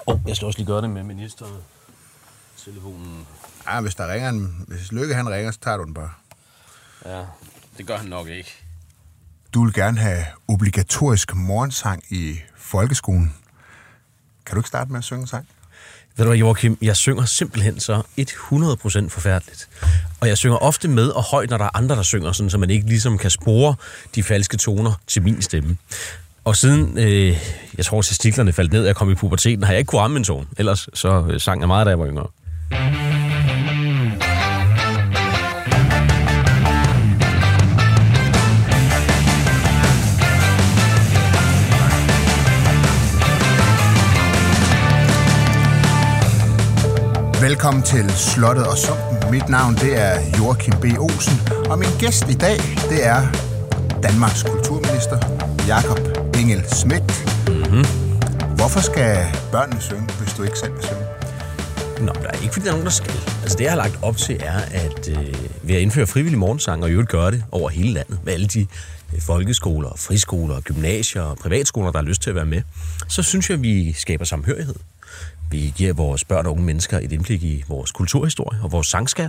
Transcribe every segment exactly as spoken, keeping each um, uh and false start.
Oh, jeg skal også lige gøre det med ministertelefonen. Ja, hvis der ringer en, hvis Lykke han ringer, så tager du den bare. Ja, det gør han nok ikke. Du vil gerne have obligatorisk morgensang i folkeskolen. Kan du ikke starte med at synge en sang? Ved du hvad, Joachim, jeg synger simpelthen så hundrede procent forfærdeligt. Og jeg synger ofte med og højt, når der er andre, der synger, sådan, så man ikke ligesom kan spore de falske toner til min stemme. Og siden, øh, jeg tror, testiklerne faldt ned, og jeg kom i puberteten, har jeg ikke kunnet ramme en tone. Ellers så øh, sang jeg meget, da jeg var yngre. Velkommen til Slottet og Sumpen. Mit navn det er Joachim B. Olsen, og min gæst i dag det er Danmarks kulturminister Jakob Engel-Schmidt. Mm-hmm. Hvorfor skal børnene synge, hvis du ikke selv vil synge? Nå, der er ikke fordi, der er nogen, der skal. Altså det, jeg har lagt op til, er, at øh, ved at indføre frivillig morgensang, og i øvrigt gøre det over hele landet, med alle de øh, folkeskoler, friskoler, gymnasier og privatskoler, der har lyst til at være med, så synes jeg, at vi skaber samhørighed. Vi giver vores børn og unge mennesker et indblik i vores kulturhistorie og vores sangskat.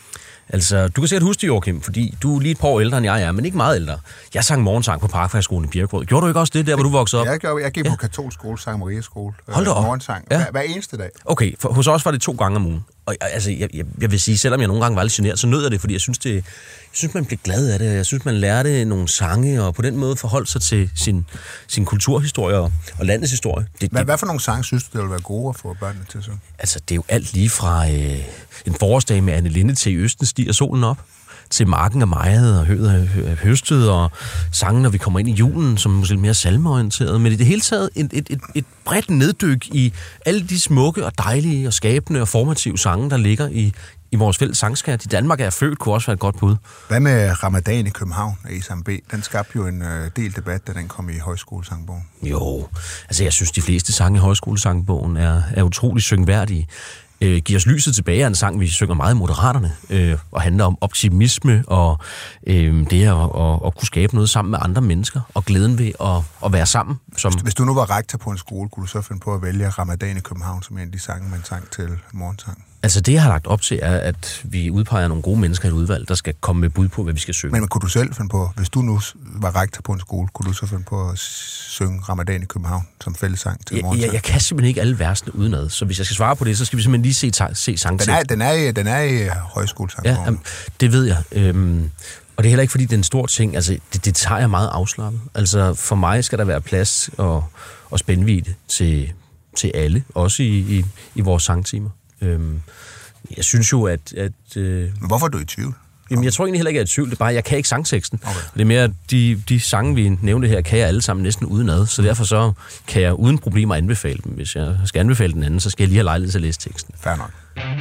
Altså, du kan sikkert huske det, Joachim, fordi du er lige et par år ældre, end jeg er, men ikke meget ældre. Jeg sang morgensang på Parkvejskolen i Birkerød. Gjorde du ikke også det der, hvor du voksede op? Jeg, gjorde, jeg gik ja. på katolsk skole, sang Maria skole. Hold da op. Morgensang. Ja. Hver, hver eneste dag. Okay, for hos os var det to gange om ugen. Og altså, jeg, jeg, jeg vil sige, selvom jeg nogle gange var lidt generet, så nød jeg det, fordi jeg synes, det, jeg synes, man blev glad af det. Jeg synes, man lærte nogle sange, og på den måde forholdt sig til sin, sin kulturhistorie og, og landets historie. Det, hvad, det, hvad for nogle sange synes du, det ville være gode at få børnene til at synge? Altså, det er jo alt lige fra øh, en forårsdag med Anne Linde til I Østen stiger solen op, til Marken og Mejet og Høet og Høstet og sange, når vi kommer ind i julen, som måske lidt mere salmeorienteret. Men i det hele taget et, et, et, et bredt neddyk i alle de smukke og dejlige og skabende og formative sange, der ligger i, i vores fælles sangskat. I Danmark er jeg født, kunne også være et godt bud. Hvad med Ramadan i København af Esam B? Den skabte jo en øh, del debat, da den kom i højskolesangbogen. Jo, altså jeg synes, de fleste sange i højskolesangbogen er, er utrolig syngværdige. Øh, giver os lyset tilbage er en sang, vi synger meget i Moderaterne, øh, og handler om optimisme og øh, det at, at, at kunne skabe noget sammen med andre mennesker, og glæden ved at, at være sammen. Som... Hvis, hvis du nu var rektor på en skole, kunne du så finde på at vælge Ramadan i København som en af de sange, man sang til morgensang? Altså det, jeg har lagt op til, er, at vi udpeger nogle gode mennesker i et udvalg, der skal komme med bud på, hvad vi skal synge. Men, men kunne du selv finde på, hvis du nu var rektor på en skole, kunne du så finde på at synge Ramadan i København som fællessang til morgensang? Jeg, jeg, jeg kan simpelthen ikke alle versene udenad, så hvis jeg skal svare på det, så skal vi simpelthen lige se, se sangteksten. Den er, den er, den er i højskolesangbogen. Ja, jamen, det ved jeg. Øhm, og det er heller ikke, fordi det er en stor ting. Altså, det, det tager jeg meget afslappet. Altså, for mig skal der være plads og, og spændvidde til, til alle, også i, i, i vores sangtimer. Øhm, jeg synes jo, at... at øh, Men hvorfor er du i tvivl? Jamen, jeg tror egentlig heller ikke, at jeg er i tvivl. Det er bare, jeg kan ikke sangteksten. Okay. Det er mere, at de, de sange, vi nævnte her, kan jeg alle sammen næsten udenad. Så derfor så kan jeg uden problemer anbefale dem. Hvis jeg skal anbefale den anden, så skal jeg lige have lejlighed til at læse teksten. Fair nok.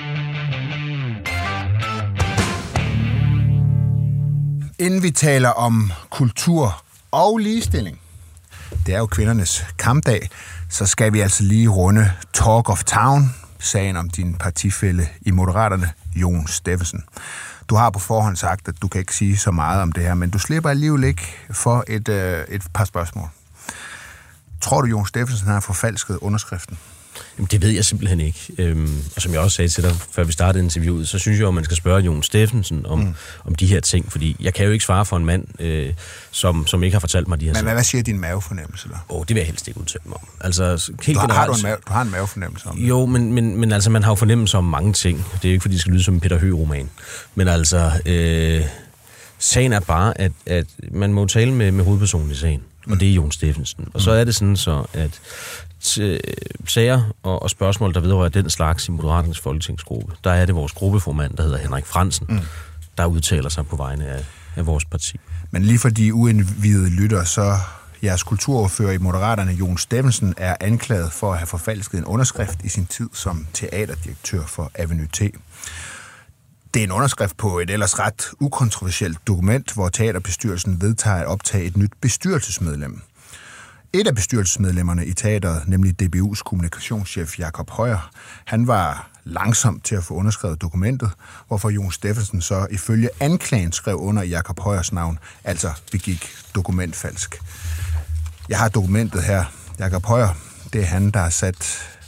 Inden vi taler om kultur og ligestilling, det er jo kvindernes kampdag, så skal vi altså lige runde Talk of Town, sagen om din partifælle i Moderaterne, Jon Steffensen. Du har på forhånd sagt, at du kan ikke sige så meget om det her, men du slipper alligevel ikke for et, øh, et par spørgsmål. Tror du, Jon Steffensen har forfalsket underskriften? Jamen, det ved jeg simpelthen ikke. Øhm, og som jeg også sagde til dig, før vi startede interviewet, så synes jeg jo, at man skal spørge Jon Steffensen om, mm. om de her ting, fordi jeg kan jo ikke svare for en mand, øh, som, som ikke har fortalt mig de her men, ting. Men hvad siger din mavefornemmelse, der? Åh, oh, det vil jeg helst ikke udtale mig om. Altså, helt du, har, generelt, har du, en mave, du har en mavefornemmelse om det? Jo, men, men, men altså, man har jo fornemmelse om mange ting. Det er jo ikke, fordi det skal lyde som en Peter Høeg-roman. Men altså, øh, sagen er bare, at, at man må tale med, med hovedpersonen i sagen, mm. og det er Jon Steffensen. Og så er det sådan så, at til sager og, og spørgsmål, der vedrører den slags i Moderaternes folketingsgruppe, der er det vores gruppeformand, der hedder Henrik Frandsen, mm. der udtaler sig på vegne af, af vores parti. Men lige for de uindvidede lytter, så jeres kulturordfører i Moderaterne, Jon Steffensen, er anklaget for at have forfalsket en underskrift i sin tid som teaterdirektør for Avenue T. Det er en underskrift på et ellers ret ukontroversielt dokument, hvor teaterbestyrelsen vedtager at optage et nyt bestyrelsesmedlem. Et af bestyrelsesmedlemmerne i teateret, nemlig D B U's kommunikationschef Jakob Højer, han var langsom til at få underskrevet dokumentet, hvorfor Jon Steffensen så ifølge anklagen skrev under i Jakob Højers navn, altså begik dokumentfalsk. Jeg har dokumentet her. Jakob Højer, det er han, der har sat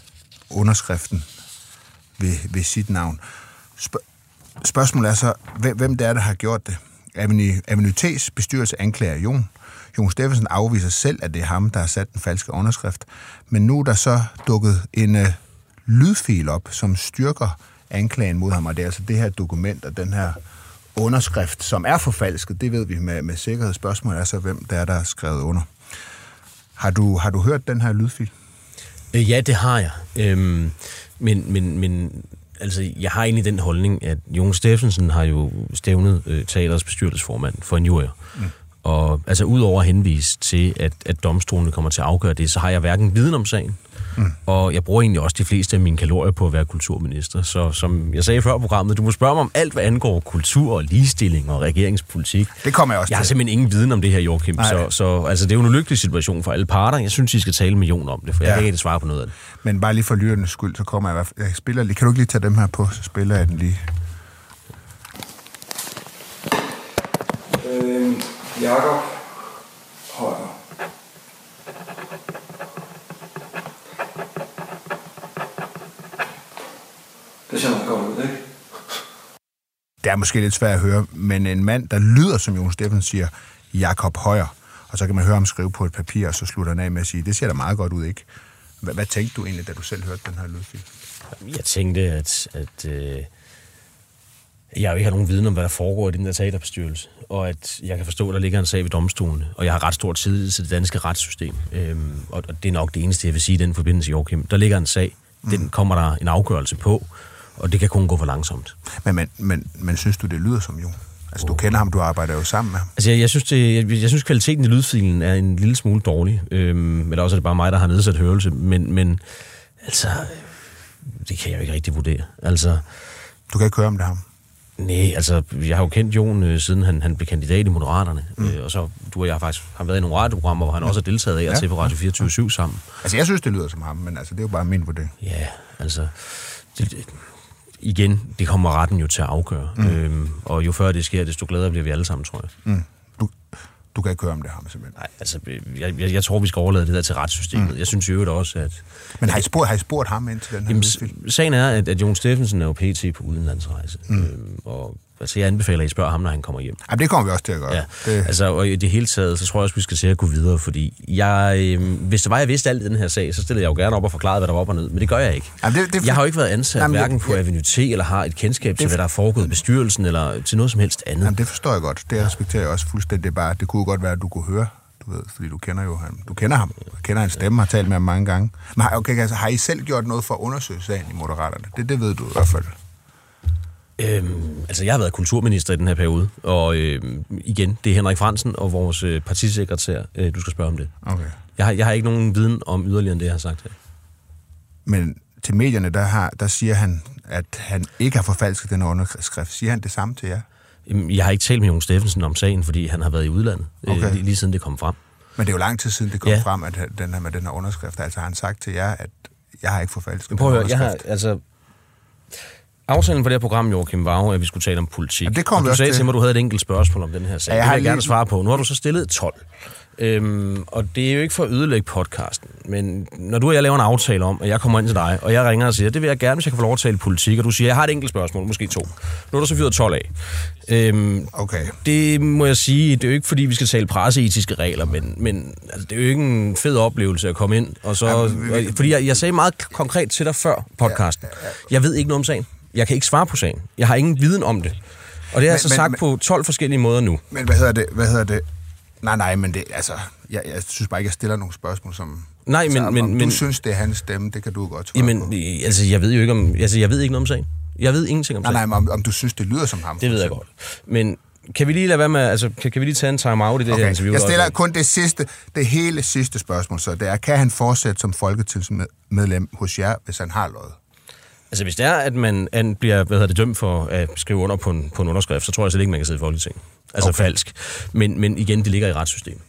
underskriften ved, ved sit navn. Sp- spørgsmålet er så, hvem, hvem det er, der har gjort det? Avenue T's bestyrelse anklager Jon. Jon Steffensen afviser selv, at det er ham, der har sat den falske underskrift. Men nu er der så dukket en uh, lydfil op, som styrker anklagen mod ham, og det er altså det her dokument og den her underskrift, som er forfalsket. Det ved vi med, med sikkerhed. Spørgsmålet er så, hvem det er, der er skrevet under. Har du, har du hørt den her lydfil? Ja, det har jeg. Øhm, men, men, men altså, jeg har egentlig den holdning, at Jon Steffensen har jo stævnet øh, teatrets bestyrelsesformand for en jury. Mm. Og altså, udover at henvise til, at, at domstolene kommer til at afgøre det, så har jeg hverken viden om sagen, mm. og jeg bruger egentlig også de fleste af mine kalorier på at være kulturminister. Så som jeg sagde før programmet, du må spørge mig om alt, hvad angår kultur og ligestilling og regeringspolitik. Det kommer jeg også til. Jeg har simpelthen ingen viden om det her, Joachim. Så, så altså, det er jo en ulykkelig situation for alle parter. Jeg synes, I skal tale med Jon om det, for ja. jeg kan ikke svare på noget af det. Men bare lige for lytternes skyld, så kommer jeg i hvert fald. Jeg spiller lige. Kan du ikke lige tage dem her på, så spiller jeg den lige. Øh, Jakob Højer. Det ser meget godt ud, ikke? Det er måske lidt svært at høre, men en mand, der lyder, som Jon Steffensen siger, Jakob Højer, og så kan man høre ham skrive på et papir, og så slutter han af med at sige, det ser da meget godt ud, ikke? Hvad, hvad tænkte du egentlig, da du selv hørte den her lydfil? Jeg tænkte, at, at øh, jeg jo ikke har nogen viden om, hvad der foregår i den der teaterbestyrelse, og at jeg kan forstå, at der ligger en sag ved domstolene, og jeg har ret stor tillid til det danske retssystem, øhm, og, og det er nok det eneste, jeg vil sige i den forbindelse, Joachim. Der ligger en sag, mm. den kommer der en afgørelse på, og det kan kun gå for langsomt. Men, men, men, men synes du, det lyder som Jon? Altså, du kender ham, du arbejder jo sammen med ham. Altså, jeg, jeg, synes, det, jeg, jeg synes, kvaliteten i lydfilen er en lille smule dårlig. Øhm, men også er det bare mig, der har nedsat hørelse. Men, men altså, det kan jeg jo ikke rigtig vurdere. Altså, du kan ikke høre om det ham? Nej, altså, jeg har jo kendt Jon, øh, siden han, han blev kandidat i Moderaterne. Mm. Øh, og så, du og jeg har faktisk har været i nogle radioprogrammer, hvor han mm. også har deltaget af ja. til på Radio fireogtyve syv sammen. Altså, jeg synes, det lyder som ham, men altså, det er jo bare min vurdering. Ja, altså... Det, det, igen, det kommer retten jo til at afgøre. Mm. Øhm, og jo før det sker, desto gladere bliver vi alle sammen, tror jeg. Mm. Du, du kan ikke høre om det ham, simpelthen? Nej, altså, jeg, jeg, jeg tror, vi skal overlade det der til retssystemet. Mm. Jeg synes jo også, at... Men har I spurgt, har I spurgt ham ind til den her jamen, sagen er, at, at Jon Steffensen er jo P T på udenlandsrejse. Mm. Øhm, og altså, jeg anbefaler, at I spørger ham, når han kommer hjem. Jamen, det kommer vi også til at gøre. Ja. Det... Altså, og i det hele taget, så tror jeg også, vi skal se at gå videre, fordi jeg, øh, hvis det var, jeg vidste alt i den her sag, så stillede jeg jo gerne op og forklarede, hvad der var op og ned, men det gør jeg ikke. Jamen, det, det... Jeg har jo ikke været ansat jamen, hverken på ja. Avenue T, eller har et kendskab til, det... hvad der er foregået i bestyrelsen, eller til noget som helst andet. Jamen, det forstår jeg godt. Det respekterer jeg også fuldstændig. Bare, det kunne godt være, at du kunne høre, du ved, fordi du kender jo ham. Du kender ham. Du kender hans stemme, har talt med ham mange gange. Men okay, altså, har I selv gjort noget for at undersøge sagen i Moderaterne? Det, det ved du i hvert fald. Øhm, altså, jeg har været kulturminister i den her periode, og øhm, igen, det er Henrik Fransen og vores øh, partisekretær, øh, du skal spørge om det. Okay. Jeg har, jeg har ikke nogen viden om yderligere end det, jeg har sagt her. Men til medierne, der, har, der siger han, at han ikke har forfalsket den underskrift. Siger han det samme til jer? Jeg har ikke talt med Jon Steffensen om sagen, fordi han har været i udlandet, okay. øh, lige, lige siden det kom frem. Men det er jo lang tid siden, det kom ja. frem, at den her, med den her underskrift, altså har han sagt til jer, at jeg har ikke forfalsket den underskrift? Jeg har, altså... Aftalen for det her program, Joachim, var jo, at vi skulle tale om politik. Ja, det kom og du sagde til mig, at du havde et enkelt spørgsmål om den her sag. Ja, det vil jeg lige... gerne svare på. Nu har du så stillet tolv. Øhm, og det er jo ikke for at ødelægge podcasten, men når du og jeg laver en aftale om, at jeg kommer ind til dig, og jeg ringer og siger, det vil jeg gerne, hvis jeg kan få lov at tale politik, og du siger, jeg har et enkelt spørgsmål, måske to. Nu er der så fyret tolv af. Øhm, okay. Det må jeg sige, det er jo ikke fordi, vi skal tale presseetiske regler, men, men altså, det er jo ikke en fed oplevelse at komme ind, og så... Ja, vi... Fordi jeg, jeg sagde meget konkret til dig før podcasten. Ja, ja, ja. Jeg ved ikke noget om sagen. Jeg kan ikke svare på sagen. Jeg har ingen viden om det. Og det er altså men, sagt men, på tolv forskellige måder nu. Men hvad hedder det? Hvad hedder det? Nej, nej, men det, altså, jeg, jeg synes bare ikke, jeg stiller nogle spørgsmål, som... Nej, men... Altså, men, men du men, synes, det er hans stemme, det kan du godt svare jamen, på. Altså, jeg ved jo ikke om... Altså, jeg ved ikke noget om sagen. Jeg ved ingenting om nej, sagen. Nej, men om, om du synes, det lyder som ham. Det ved jeg godt. Men kan vi lige lade være med... Altså, kan, kan vi lige tage en time-out i det okay. her interview? Jeg stiller kun det sidste, det hele sidste spørgsmål, så det er, kan han fortsætte som folketingsmedlem hos jer, hvis han har løjet? Altså, hvis det er, at man an, bliver hvad hedder det, dømt for at skrive under på en, på en underskrift, så tror jeg slet ikke, man kan sidde i Folketinget. Altså okay. falsk. Men, men igen, det ligger i retssystemet.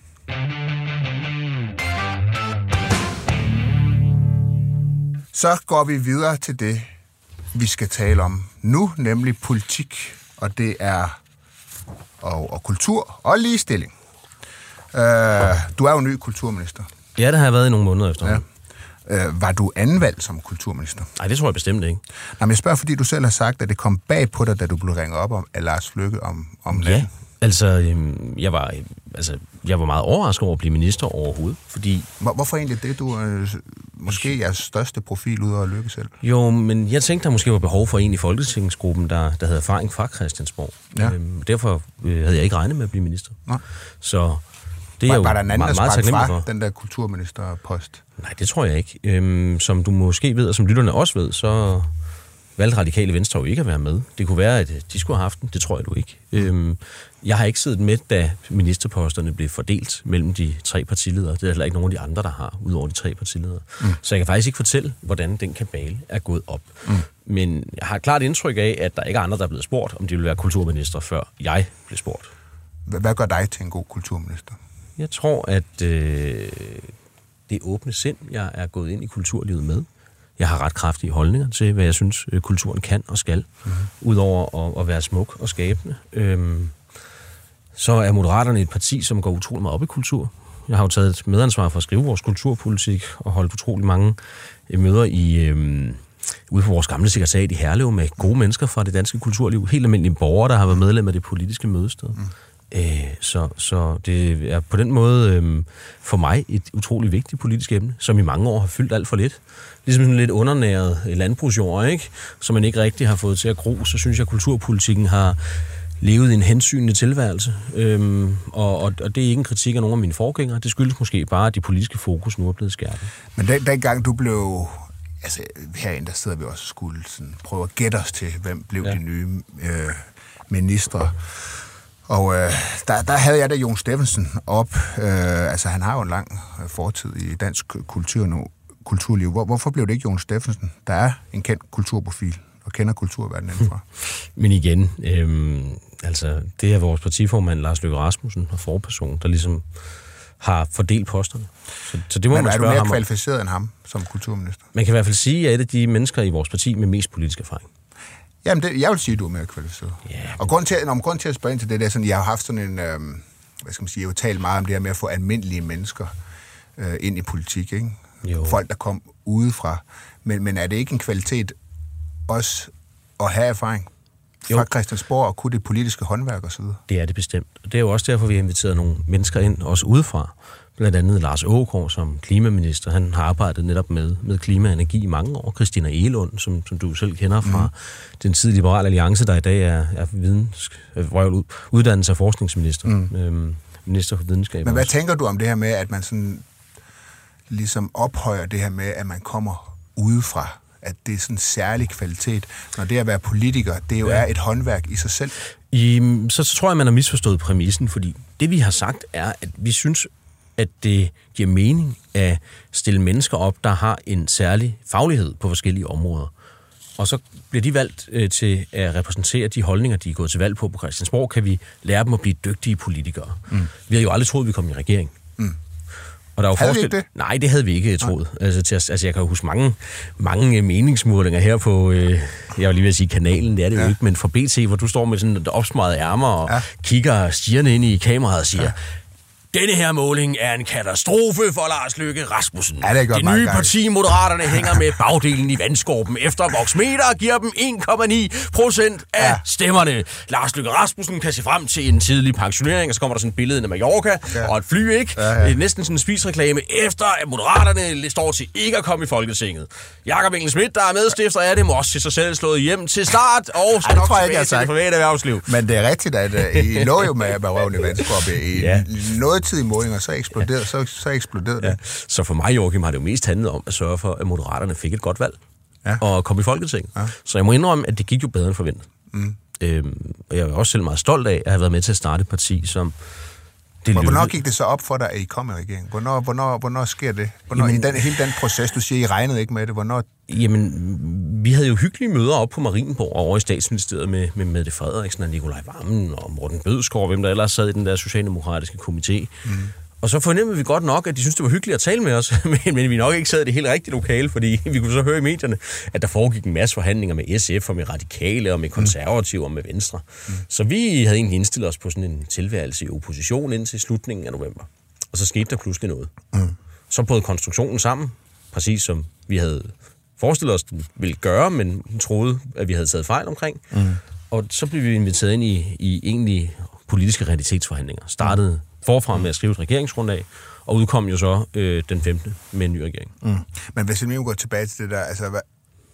Så går vi videre til det, vi skal tale om nu, nemlig politik. Og det er og, og kultur og ligestilling. Uh, du er jo ny kulturminister. Ja, det har jeg været i nogle måneder efter. Ja. Øh, var du anvalgt som kulturminister? Nej, det tror jeg bestemt ikke. Nej, men jeg spørger, fordi du selv har sagt, at det kom bag på dig, da du blev ringet op om, af Lars Løkke om, om natten. Ja, altså, øhm, jeg var, altså, jeg var meget overrasket over at blive minister overhovedet, fordi... Hvor, hvorfor egentlig det, du øh, måske jeres største profil ud over Løkke selv? Jo, men jeg tænkte, der måske var behov for en i Folketingsgruppen, der, der havde erfaring fra Christiansborg. Ja. Øhm, derfor øh, havde jeg ikke regnet med at blive minister. Nå. Så det er var, jo var der en anden, meget, der meget sprang taknemmelig fra for. den der kulturministerpost? Nej, det tror jeg ikke. Øhm, som du måske ved, og som lytterne også ved, så valgte Radikale Venstre jo ikke at være med. Det kunne være, at de skulle have haft den. Det tror jeg du ikke. Øhm, jeg har ikke siddet med, da ministerposterne blev fordelt mellem de tre partiledere. Det er heller ikke nogen af de andre, der har, udover de tre partiledere. Mm. Så jeg kan faktisk ikke fortælle, hvordan den kabale er gået op. Mm. Men jeg har et klart indtryk af, at der ikke er andre, der er blevet spurgt, om de vil være kulturminister, før jeg blev spurgt. Hvad gør dig til en god kulturminister? Jeg tror, at øh, det åbne sind, jeg er gået ind i kulturlivet med. Jeg har ret kraftige holdninger til, hvad jeg synes, kulturen kan og skal, mm-hmm. udover at, at være smuk og skabende. Øhm, så er Moderaterne et parti, som går utrolig meget op i kultur. Jeg har jo taget et medansvar for at skrive vores kulturpolitik og holdt utrolig mange møder i, øhm, ude på vores gamle sekretariat i Herlev med gode mennesker fra det danske kulturliv. Helt almindelige borgere, der har været medlem af det politiske mødested. Mm. Øh, så, så det er på den måde øh, for mig et utrolig vigtigt politisk emne, som i mange år har fyldt alt for lidt. Ligesom sådan lidt undernæret landbrugsjord, ikke? Som man ikke rigtig har fået til at gro. Så synes jeg, at kulturpolitikken har levet i en hensynende tilværelse. Øhm, og, og, og det er ikke en kritik af nogen af mine forgængere. Det skyldes måske bare, at de politiske fokus nu er blevet skærpet. Men den, dengang du blev... Altså, herinde der sidder vi også og skulle sådan, prøve at gætte os til, hvem blev ja. de nye øh, ministre. Og øh, der, der havde jeg da Jon Steffensen op. Øh, altså, han har jo en lang fortid i dansk kultur nu, kulturliv. Hvor, hvorfor blev det ikke Jon Steffensen, der er en kendt kulturprofil og kender kulturverdenen indenfra? Men igen, øh, altså, det er vores partiformand Lars Løkke Rasmussen og forperson, der ligesom har fordelt posterne. Så, så det må Men man er du mere ham kvalificeret end ham som kulturminister? Man kan i hvert fald sige, at jeg er et af de mennesker i vores parti med mest politisk erfaring. Jamen, det, jeg vil sige, at du er mere kvalificeret. Yeah. Og grund til, når grund til at spørge ind til det, det er sådan, jeg har haft sådan en, øh, hvad skal man sige, jeg har jo talt meget om det her med at få almindelige mennesker øh, ind i politik, ikke? Jo. Folk, der kom udefra. Men, men er det ikke en kvalitet også at have erfaring fra jo. Christiansborg og kunne det politiske håndværk og så videre? Det er det bestemt. Det er jo også derfor, vi har inviteret nogle mennesker ind, også udefra. Blandt andet Lars Aagaard som klimaminister. Han har arbejdet netop med, med klima og energi i mange år. Christina Egelund, som, som du selv kender fra mm. den tidlige Liberale Alliance, der i dag er, er videns, øh, uddannelse- og forskningsminister. Mm. Øhm, minister for videnskab. Men hvad også. tænker du om det her med, at man sådan ligesom ophøjer det her med, at man kommer udefra? At det er sådan en særlig kvalitet, når det at være politiker, det jo ja. er et håndværk i sig selv? I, så, så tror jeg, man har misforstået præmissen, fordi det vi har sagt er, at vi synes, at det giver mening at stille mennesker op, der har en særlig faglighed på forskellige områder. Og så bliver de valgt øh, til at repræsentere de holdninger, de er gået til valg på på Christiansborg, kan vi lære dem at blive dygtige politikere. Mm. Vi havde jo aldrig troet, at vi kom i regering. Mm. Og der var havde forskel... vi ikke det? Nej, det havde vi ikke troet. Altså, til at, altså, jeg kan jo huske mange, mange meningsmålinger her på, øh, jeg vil lige vil sige kanalen, det er det ja. jo ikke, men fra B T, hvor du står med sådan et opsmøget ærmer og ja. kigger stirrende ind i kameraet og siger... Ja. Denne her måling er en katastrofe for Lars Løkke Rasmussen. Ja, det, det nye parti, Moderaterne, hænger med bagdelen i vandskorpen efter Voxmeter og giver dem en komma ni procent af ja. stemmerne. Lars Løkke Rasmussen kan se frem til en tidlig pensionering, og så kommer der sådan et billede af Mallorca ja. og et fly, ikke? Ja, ja. Det er næsten sådan en spisreklame, efter at Moderaterne står til ikke at komme i Folketinget. Jakob Engel-Schmidt, der er medstifter af det, må også til sig selv slået hjem til start, og skal nok tilbage til det private erhvervsliv. Men det er rigtigt, at uh, I lå jo med røven i vandskorpen i ja. noget tid i målinger, så eksploderede, ja. så, så eksploderede det. Ja. Så for mig, Joachim, har det jo mest handlet om at sørge for, at Moderaterne fik et godt valg ja. og kom i Folketinget. Ja. Så jeg må indrømme, at det gik jo bedre end forventet. Mm. Øhm, og jeg er også selv meget stolt af, at have været med til at starte et parti, som... Det hvornår gik det så op for dig, at I kom i regeringen? Hvornår, hvornår, hvornår sker det? Hvornår, jamen, i den, hele den proces, du siger, I regnede ikke med det, hvornår... Jamen, vi havde jo hyggelige møder op på Marienborg over i Statsministeriet med, med Mette Frederiksen og Nikolaj Wammen og Morten Bødskov, hvem der ellers sad i den der socialdemokratiske komité. Mm. Og så fornemmede vi godt nok, at de syntes, det var hyggeligt at tale med os, men, men vi nok ikke sad i det helt rigtige lokale, fordi vi kunne så høre i medierne, at der foregik en masse forhandlinger med S F og med Radikale og med Konservative og med Venstre. Mm. Så vi havde egentlig indstillet os på sådan en tilværelse i opposition indtil slutningen af november. Og så skete der pludselig noget. Mm. Så brød konstruktionen sammen. præcis som vi havde forestillet os, den ville gøre, men hun troede, at vi havde taget fejl omkring. Mm. Og så blev vi inviteret ind i, i egentlige politiske realitetsforhandlinger. Startede forfra med at skrive et regeringsgrundlag, og udkom jo så øh, den femte med en ny regering. Mm. Men hvis vi nu går tilbage til det der, altså, hvad,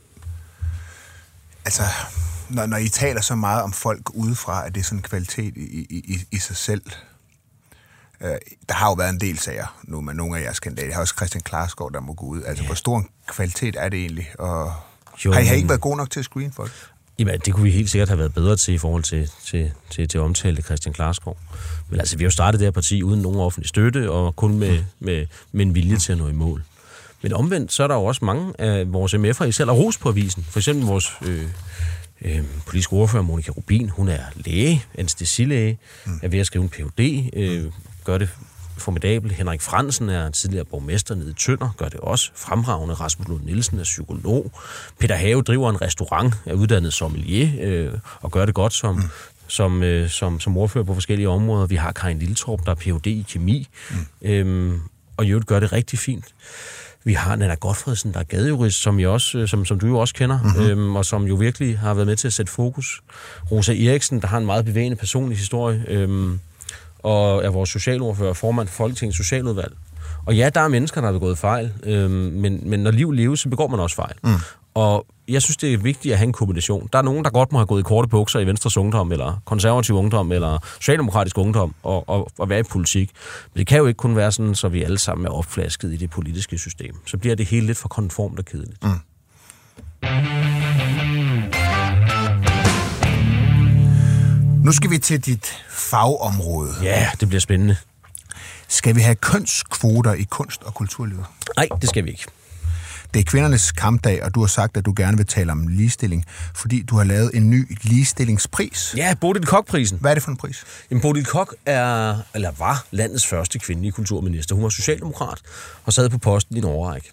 altså når, når I taler så meget om folk udefra, at det er sådan en kvalitet i, i, i sig selv. Øh, der har jo været en del sager nu med nogle af jeres kandidater. Jeg har også Christian Klarskov, der må gå ud. Altså, yeah. Hvor stor en kvalitet er det egentlig? Og jo, har I har ikke været gode nok til at screene folk? Jamen, det kunne vi helt sikkert have været bedre til i forhold til, til, til, til omtalte Christian Klarskov. Men altså, vi har jo startet det her parti uden nogen offentlig støtte, og kun med, med, med en vilje til at nå i mål. Men omvendt, så er der jo også mange af vores M F'ere, I selv har ros på avisen. For eksempel vores øh, øh, politiske ordfører, Monika Rubin, hun er læge, anæstesilæge, mm. er ved at skrive en P H D, øh, gør det formidabel. Henrik Fransen er tidligere borgmester nede i Tønder, gør det også fremragende. Rasmus Lund Nielsen er psykolog. Peter Have driver en restaurant, er uddannet sommelier, øh, og gør det godt som, mm. som, øh, som, som ordfører på forskellige områder. Vi har Karin Lilletorp, der er P H D i kemi, mm. øhm, og i øvrigt gør det rigtig fint. Vi har Nana Godfredsen, der er gadejurist, som, I også, som, som du jo også kender, mm-hmm. øhm, og som jo virkelig har været med til at sætte fokus. Rosa Eriksen, der har en meget bevægende personlig historie, øhm, og er vores socialordfører, formand for Folketingets Socialudvalg. Og ja, der er mennesker, der har begået fejl, øhm, men, men når liv leves, så begår man også fejl. Mm. Og jeg synes, det er vigtigt at have en kombination. Der er nogen, der godt må have gået i korte bukser i Venstres Ungdom, eller konservativ ungdom, eller socialdemokratisk ungdom, og, og, og være i politik. Men det kan jo ikke kun være sådan, så vi alle sammen er opflasket i det politiske system. Så bliver det hele lidt for konformt og kedeligt. Mm. Nu skal vi til dit fagområde. Ja, det bliver spændende. Skal vi have kønskvoter i kunst- og kulturlivet? Nej, det skal vi ikke. Det er kvindernes kampdag, og du har sagt, at du gerne vil tale om ligestilling, fordi du har lavet en ny ligestillingspris. Ja, Bodil Koch-prisen. Hvad er det for en pris? Jamen, Bodil Koch er, eller var landets første kvindelige kulturminister. Hun var socialdemokrat og sad på posten i en årrække.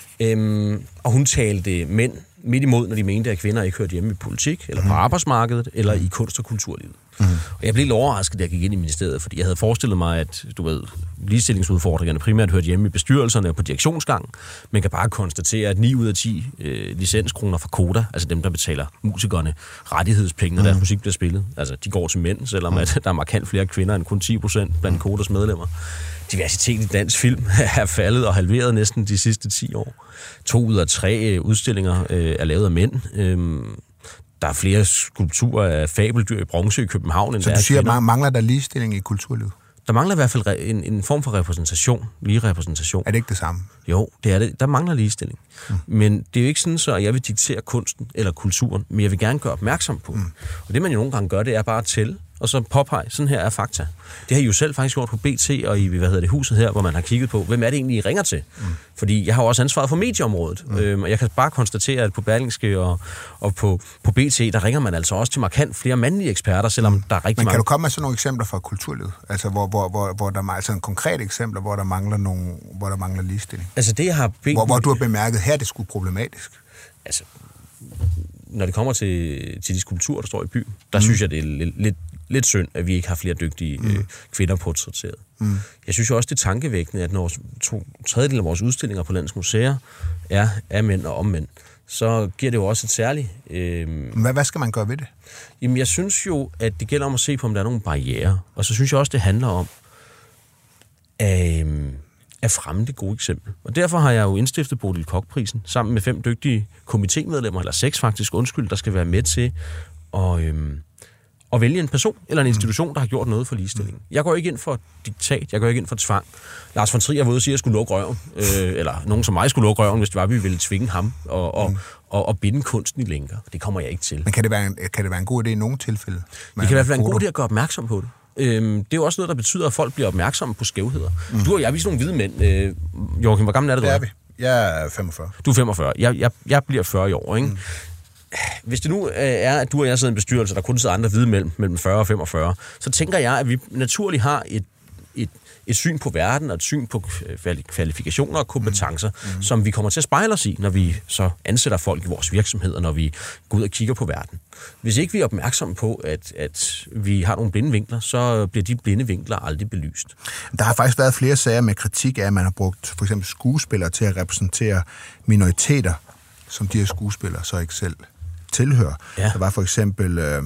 Øhm, og hun talte mænd midt imod, når de mente, at kvinder ikke hørte hjemme i politik, eller på mm. arbejdsmarkedet, eller i kunst- og kulturlivet. Mm. Og jeg blev lidt overrasket, da jeg gik ind i ministeriet, fordi jeg havde forestillet mig, at du ved, ligestillingsudfordringerne primært hørte hjemme i bestyrelserne og på direktionsgangen. Man kan bare konstatere, at ni ud af ti øh, licenskroner fra Koda, altså dem, der betaler musikerne rettighedspenge, når mm. deres musik bliver spillet, altså de går til mænd, selvom mm. at der er markant flere kvinder end kun ti procent blandt Kodas medlemmer. Diversitet i dansk film er faldet og halveret næsten de sidste ti år. To ud af tre udstillinger øh, er lavet af mænd. Øhm, der er flere skulpturer af fabeldyr i bronze i København, end så der du siger, kvinder. at mangler der ligestilling i kulturlivet? Der mangler i hvert fald en, en form for repræsentation, lige repræsentation. Er det ikke det samme? Jo, det er det. Der mangler ligestilling. Mm. Men det er jo ikke sådan, så jeg vil diktere kunsten eller kulturen, men jeg vil gerne gøre opmærksom på. Mm. Og det, man jo nogle gange gør, det er bare at tælle, og så påpege, sådan her er fakta. Det har I jo selv faktisk gjort på B T og i, hvad hedder det, huset her, hvor man har kigget på, hvem er det egentlig, I ringer til? Mm. Fordi jeg har også ansvaret for medieområdet, mm. øhm, og jeg kan bare konstatere, at på Berlingske og, og på, på B T, der ringer man altså også til markant flere mandlige eksperter, selvom mm. der er rigtig mange... Men kan mange... du komme med sådan nogle eksempler fra kulturlivet? Altså, hvor, hvor, hvor, hvor der er altså en konkret eksempler, hvor der mangler, nogle, hvor der mangler ligestilling? Altså, det jeg har... Be... Hvor, hvor du har bemærket, her er det sgu problematisk? Altså, når det kommer til, til de skulpturer, der står i byen, der mm. synes jeg, det er lidt, lidt, lidt synd, at vi ikke har flere dygtige mm. øh, kvinder portrætteret. Mm. Jeg synes jo også, det er tankevækkende, at når to tredjedel af vores udstillinger på landets museer er af mænd og om mænd, så giver det jo også et særligt... Øh... Hvad, hvad skal man gøre ved det? Jamen, jeg synes jo, at det gælder om at se på, om der er nogle barrierer. Og så synes jeg også, det handler om at, øh, at fremme det gode eksempel. Og derfor har jeg jo indstiftet Bodil Koch-prisen sammen med fem dygtige komitémedlemmer, eller seks faktisk, undskyld, der skal være med til at... Øh, at vælge en person eller en institution, der har gjort noget for ligestillingen. Jeg går ikke ind for diktat, jeg går ikke ind for tvang. Lars von Trier var ude og sige, at jeg skulle lukke røven, øh, eller nogen som mig skulle lukke røven, hvis det var, at vi ville tvinge ham og, og, mm. og, og binde kunsten i lænker. Det kommer jeg ikke til. Men kan det være en, kan det være en god idé i nogle tilfælde? Det kan i hvert fald være en god idé at gøre opmærksom på det. Øhm, det er jo også noget, der betyder, at folk bliver opmærksomme på skævheder. Mm. Du og jeg, vi er sådan nogle hvide mænd. Øh, Joachim, hvor gammel er det, du er? er? Vi. Jeg er femogfyrre. Du er femogfyrre. Jeg, jeg, jeg bliver fyrre i år, ikke? Mm. Hvis det nu er, at du og jeg sidder i en bestyrelse, der kun sidder andre hvide mellem, mellem fyrre og femogfyrre, så tænker jeg, at vi naturligt har et, et, et syn på verden og et syn på kvalifikationer og kompetencer, mm. som vi kommer til at spejle os i, når vi så ansætter folk i vores virksomheder, når vi går ud og kigger på verden. Hvis ikke vi er opmærksomme på, at, at vi har nogle blinde vinkler, så bliver de blinde vinkler aldrig belyst. Der har faktisk været flere sager med kritik af, at man har brugt for eksempel skuespillere til at repræsentere minoriteter, som de her skuespillere så ikke selv tilhører. Ja. Der var for eksempel øh,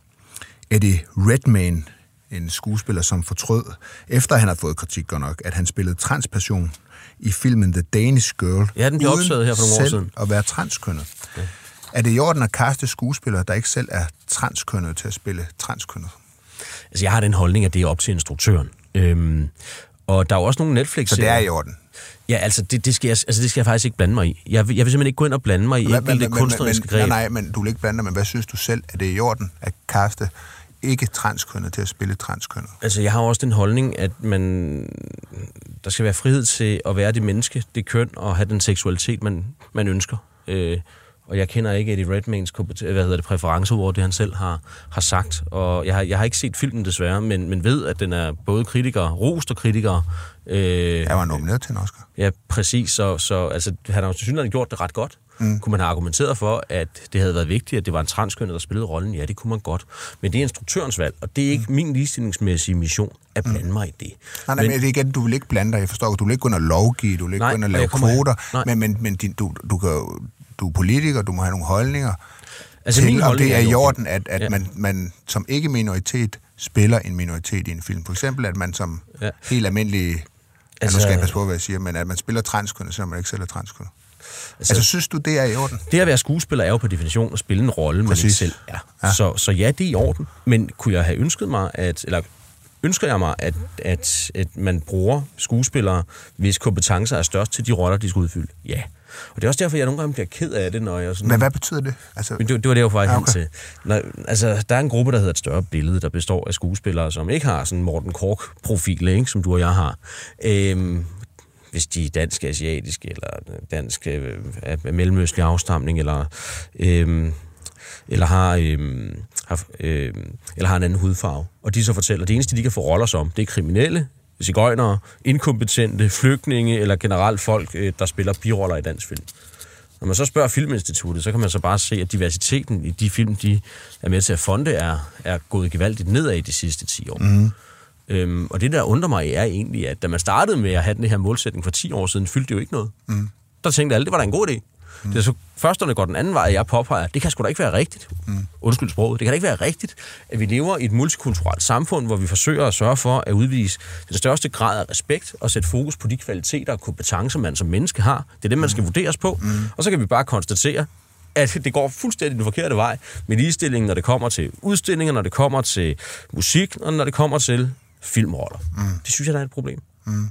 Eddie Redmayne, en skuespiller, som fortrød, efter han havde fået kritik godt nok, at han spillede transperson i filmen The Danish Girl, ja, den blev optaget her for nogle år siden, at være transkønnet. Ja. Er det i orden at kaste skuespillere, der ikke selv er transkønnet, til at spille transkønnet? Altså, jeg har den holdning, at det er op til instruktøren. Øhm, og der er jo også nogle Netflix... Så det er i orden? Ja, altså det, det, skal jeg, altså, det skal jeg faktisk ikke blande mig i. Jeg vil, jeg vil simpelthen ikke gå ind og blande mig i enkelte kunstneriske greb. Nej, nej, men du vil ikke blande dig, men hvad synes du selv, at det er i orden at kaste ikke transkønnet til at spille transkønnet? Altså, jeg har også den holdning, at man, der skal være frihed til at være det menneske, det køn, og have den seksualitet, man, man ønsker. Øh, og jeg kender ikke Eddie Redmaynes hvad hedder det, præferencer over det, han selv har, har sagt. Og jeg har, jeg har ikke set filmen desværre, men, men ved, at den er både kritikere, rost og kritikere. Øh, jeg var nomineret til en Oscar. Ja, præcis. Så, så altså, han har jo tilsyneladende gjort det ret godt. Mm. Kunne man have argumenteret for, at det havde været vigtigt, at det var en transkønnet, der spillede rollen? Ja, det kunne man godt. Men det er instruktørens valg, og det er ikke mm. min ligestillingsmæssige mission at blande mig i det. Nej, nej, men, men det er igen, du vil ikke blande dig. Jeg forstår, du vil ikke gå ind og lovgive, du vil ikke nej, gå ind og lave kvoter, men, men, men din, du, du, kan, du er politiker, du må have nogle holdninger altså, til, om det er i orden, at, at ja. man, man som ikke-minoritet spiller en minoritet i en film. For eksempel, at man som ja. helt almindelig... Altså, nu skal jeg passe på, hvad jeg siger, men at man spiller transkønnet, selvom man ikke selv er transkønnet. Altså, altså, synes du, det er i orden? Det at være skuespiller er jo på definition at spille en rolle, man ikke selv er. Ja. Så, så ja, det er i orden. Men kunne jeg have ønsket mig, at, eller ønsker jeg mig, at, at, at man bruger skuespillere, hvis kompetencer er størst til de roller, de skal udfylde? Ja. Og det er også derfor, jeg nogle gange bliver ked af det, når jeg sådan... Men hvad betyder det? Altså... Det, det var det, jeg var faktisk okay. hen til. Når, altså, der er en gruppe, der hedder Et Større Billede, der består af skuespillere, som ikke har sådan Morten Korch-profil, ikke, som du og jeg har. Øhm, hvis de er danske, asiatiske, eller dansk øh, mellemøstlig afstamning, eller, øh, eller, har, øh, har, øh, eller har en anden hudfarve. Og de så fortæller, at det eneste, de kan få roller som, det er kriminelle, sigøjnere, inkompetente, flygtninge, eller generelt folk, øh, der spiller biroller i dansk film. Når man så spørger Filminstituttet, så kan man så bare se, at diversiteten i de film, de er med til at fonde, er, er gået gevaldigt nedad i de sidste ti år. Mm. Øhm, og det, der undrer mig, er egentlig, at da man startede med at have den her målsætning for ti år siden, fyldte det jo ikke noget. Mm. Der tænkte alle, det var da en god idé. Mm. Det er så først, når det går den anden vej, jeg påpeger, det kan sgu da ikke være rigtigt. Mm. Undskyld sproget. Det kan da ikke være rigtigt, at vi lever i et multikulturelt samfund, hvor vi forsøger at sørge for at udvise den største grad af respekt og sætte fokus på de kvaliteter og kompetencer, man som menneske har. Det er det, man skal vurderes på. Mm. Og så kan vi bare konstatere, at det går fuldstændig den forkerte vej med ligestillingen, når det kommer til udstillinger, når det kommer til musik, og når det kommer til filmroller. Mm. Det synes jeg, der er et problem. Mm.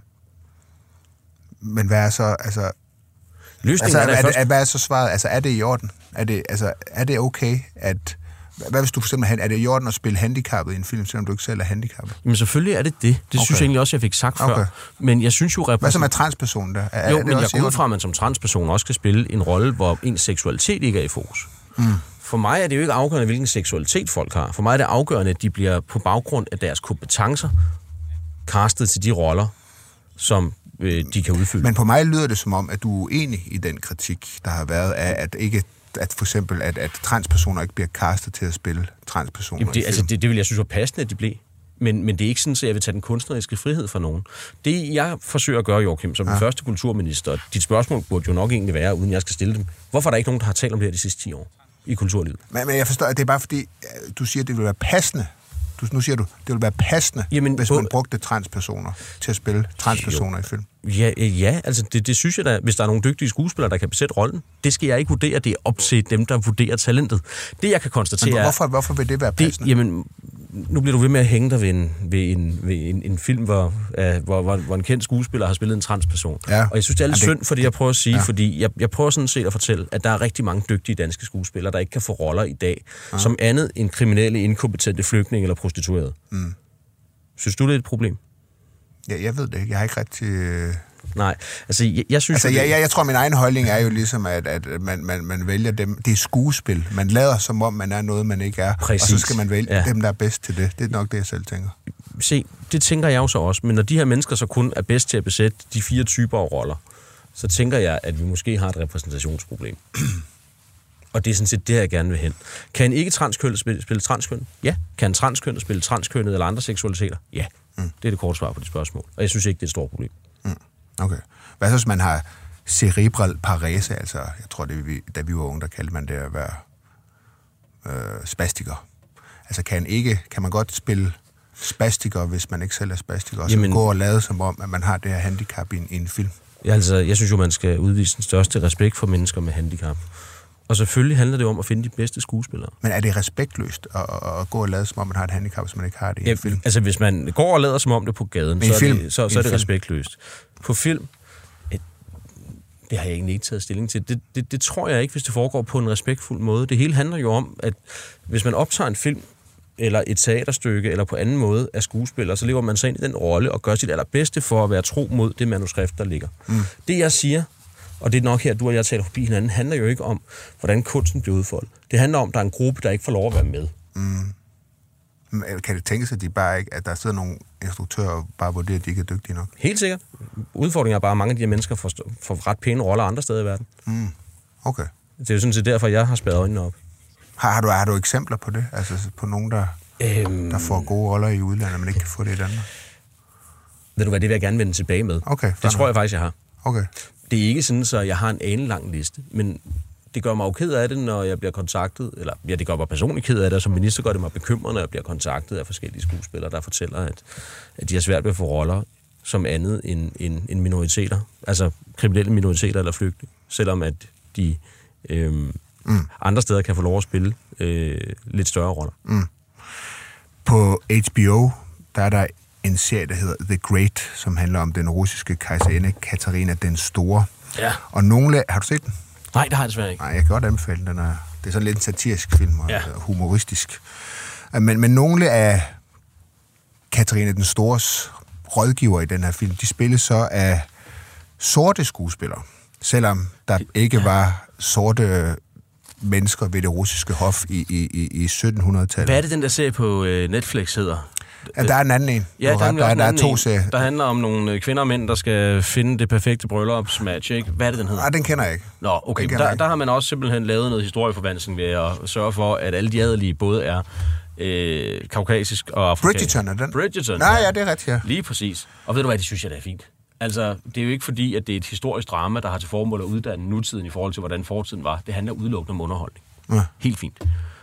Men hvad er så, altså... Løsningen altså, er, er, først... er, hvad er så svaret? Altså, er det i orden? Er det, altså, er det okay, at... Hvad hvis du for eksempel... Er det i orden at spille handicappet i en film, selvom du ikke selv er handicappet? Men selvfølgelig er det det. Det okay. synes jeg egentlig også, jeg fik sagt okay. før. Men jeg synes jo... Repræsent... Hvad så med transperson der? Er, jo, er det men også jeg går ud fra, at man som transperson også skal spille en rolle, hvor ens seksualitet ikke er i fokus. Mm. For mig er det jo ikke afgørende, hvilken seksualitet folk har. For mig er det afgørende, at de bliver på baggrund af deres kompetencer castet til de roller, som øh, de kan udfylde. Men på mig lyder det som om, at du er uenig i den kritik, der har været af, at ikke at for eksempel, at, at transpersoner ikke bliver castet til at spille transpersoner. Jamen det, altså det, det vil jeg synes var passende, at de blev. Men, men det er ikke sådan, at jeg vil tage den kunstneriske frihed fra nogen. Det, jeg forsøger at gøre, Joachim, som ja. den første kulturminister, dit spørgsmål burde jo nok egentlig være, uden jeg skal stille dem. Hvorfor er der ikke nogen, der har talt om det her de sidste ti år i kulturlivet? Men, men jeg forstår, at det er bare fordi, du siger, at det vil være passende. Du, nu siger du, det ville være passende, Jamen, hvis man brugte transpersoner til at spille transpersoner jo. i film. Ja, ja altså det, det synes jeg da, hvis der er nogle dygtige skuespillere, der kan besætte rollen. Det skal jeg ikke vurdere, det er op til dem, der vurderer talentet. Det jeg kan konstatere Men hvorfor, hvorfor vil det være passende? Det, jamen, nu bliver du ved med at hænge dig ved en, ved en, ved en, en film, hvor, uh, hvor, hvor, hvor en kendt skuespiller har spillet en transperson. Ja. Og jeg synes, det er lidt det, synd for det, jeg prøver at sige, ja. fordi jeg, jeg prøver sådan set at fortælle, at der er rigtig mange dygtige danske skuespillere, der ikke kan få roller i dag, ja. som andet end kriminelle, inkompetente flygtninge eller prostituerede. Mm. Synes du, det er et problem? Ja, jeg ved det ikke. Jeg har ikke rigtig... Øh... Nej, altså jeg, jeg synes... Altså, jeg, jeg, jeg tror, min egen holdning er jo ligesom, at, at man, man, man vælger dem... Det er skuespil. Man lader som om, man er noget, man ikke er. Præcis. Og så skal man vælge ja. dem, der er bedst til det. Det er nok det, jeg selv tænker. se, det tænker jeg jo så også. Men når de her mennesker så kun er bedst til at besætte de fire typer af roller, så tænker jeg, at vi måske har et repræsentationsproblem. Og det er sådan set det, jeg gerne vil hen. Kan en ikke-transkønnet spille, spille transkønnet? Ja. Kan en transkønnet spille transkønnet eller andre seksualiteter? Ja. Mm. Det er det korte svar på de spørgsmål. Og jeg synes ikke, det er et stort problem. Mm. Okay. Hvad så, hvis man har cerebral parese? Altså, jeg tror, det vi, da vi var unge, der kaldte man det at være øh, spastiker. Altså, kan, ikke, kan man godt spille spastiker, hvis man ikke selv er spastiker, og så Jamen, gå og lade som om, at man har det her handicap i en, i en film? Ja, altså, jeg synes jo, man skal udvise den største respekt for mennesker med handicap. Og selvfølgelig handler det om at finde de bedste skuespillere. Men er det respektløst at, at gå og lade som om, man har et handicap, hvis man ikke har det i ja, en film? Altså, hvis man går og lader som om det på gaden, så er, film. det, så, så er det respektløst. På film, et, det har jeg egentlig ikke taget stilling til. Det, det, det tror jeg ikke, hvis det foregår på en respektfuld måde. Det hele handler jo om, at hvis man optager en film, eller et teaterstykke, eller på anden måde af skuespiller, så lever man sig ind i den rolle og gør sit allerbedste for at være tro mod det manuskript, der ligger. Mm. Det, jeg siger, og det er nok her, du og jeg taler forbi hinanden, handler jo ikke om, hvordan kunsten bliver udfoldet. Det handler om, at der er en gruppe, der ikke får lov at være med. Mm. Kan det tænkes, at, de bare ikke, at der sidder nogle instruktører og bare vurderer, at de ikke er dygtige nok? Helt sikkert. Udfordringen er bare, at mange af de her mennesker får, får ret pæne roller andre steder i verden. Mm. Okay. Det er jo sådan set derfor, jeg har spærret øjnene op. Har, har, du, har du eksempler på det? Altså på nogen, der, øhm... der får gode roller i udlandet, men ikke kan få det i Danmark? Ved du hvad, det vil jeg gerne vende tilbage med. Okay, det tror jeg faktisk, jeg har. Okay. Det er ikke sådan, så jeg har en anelang liste, men det gør mig jo ked af det, når jeg bliver kontaktet, eller ja, det gør mig personligt ked af det, og som minister gør det mig bekymrende, når jeg bliver kontaktet af forskellige skuespillere, der fortæller, at, at de har svært ved at få roller som andet end, end, end minoriteter, altså kriminelle minoriteter eller flygtninge, selvom at de øhm, mm. andre steder kan få lov at spille øh, lidt større roller. Mm. På H B O, der er der en serie, der hedder The Great, som handler om den russiske kejserinde Katarina den Store. Ja. Og nogle... Har du set den? Nej, det har jeg desværre ikke. Nej, jeg kan godt anbefale den. Er, det er sådan lidt en satirisk film, og ja. humoristisk. Men, men nogle af Katarina den Stores rådgiver i den her film, de spilles så af sorte skuespillere, selvom der ikke var sorte mennesker ved det russiske hof i, i, i, i sytten hundrede-tallet. Hvad er det, den der serie på Netflix hedder? Ja, der er en anden en. Ja, der, der, der, der er to serier. Der handler om nogle kvinder og mænd, der skal finde det perfekte bryllupsmatch, ikke? Hvad er det, den hedder? Nej, den kender jeg ikke. Nå, okay. Der, der har man også simpelthen lavet noget historieforvanskning ved at sørge for, at alle de adelige både er øh, kaukasisk og afrikansk. Bridgerton er den? Bridgerton, Nej, ja, det er rigtigt, ja. Lige præcis. Og ved du hvad, det synes jeg, det er fint. Altså, det er jo ikke fordi, at det er et historisk drama, der har til formål at uddanne nutiden i forhold til, hvordan fortiden var. Det handler udelukkende om underholdning. Ja. Helt fint.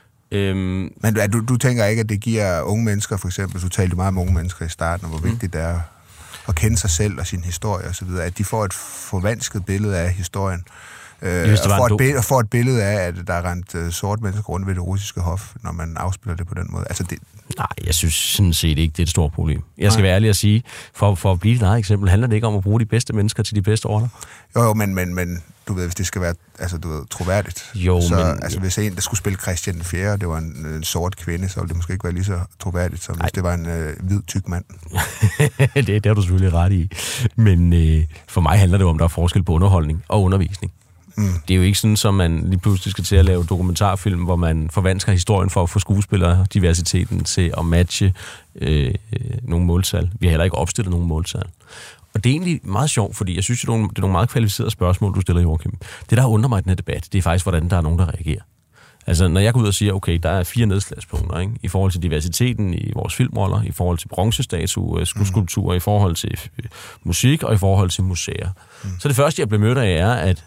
Øhm, Men du, du tænker ikke, at det giver unge mennesker, for eksempel, du talte meget om unge mennesker i starten, og hvor mm. vigtigt det er at kende sig selv og sin historie og så videre, at de får et forvansket billede af historien, øh, og, får et billede, og får et billede af, at der er rent uh, sort mennesker rundt ved det russiske hof, når man afspiller det på den måde. Altså det... Nej, jeg synes sådan set ikke, det er et stort problem. Jeg skal Nej. være ærlig at sige, for, for at blive et eget eksempel, handler det ikke om at bruge de bedste mennesker til de bedste roller? Jo, jo, men, men, men du ved, hvis det skal være altså, du ved, troværdigt. Jo, så, men... Altså, hvis en, der skulle spille Christian den fjerde, det var en, en sort kvinde, så ville det måske ikke være lige så troværdigt, som Ej. hvis det var en øh, hvid, tyk mand. det, det har du selvfølgelig ret i. Men øh, for mig handler det om, der er forskel på underholdning og undervisning. Mm. Det er jo ikke sådan, som man lige pludselig skal til at lave dokumentarfilm, hvor man forvansker historien for at få skuespillerdiversiteten til at matche øh, nogle måltal. Vi har heller ikke opstillet nogle måltal. Og det er egentlig meget sjovt, fordi jeg synes, det er nogle, det er nogle meget kvalificerede spørgsmål, du stiller, Joachim. Det, der undrer mig i den her debat, det er faktisk, hvordan der er nogen, der reagerer. Altså, når jeg går ud og siger, okay, der er fire nedslagspunkter, ikke? I forhold til diversiteten i vores filmroller, i forhold til bronzestatue, skulpturer, mm. i forhold til musik og i forhold til museer. Mm. Så det første, jeg bliver mødt af, er, at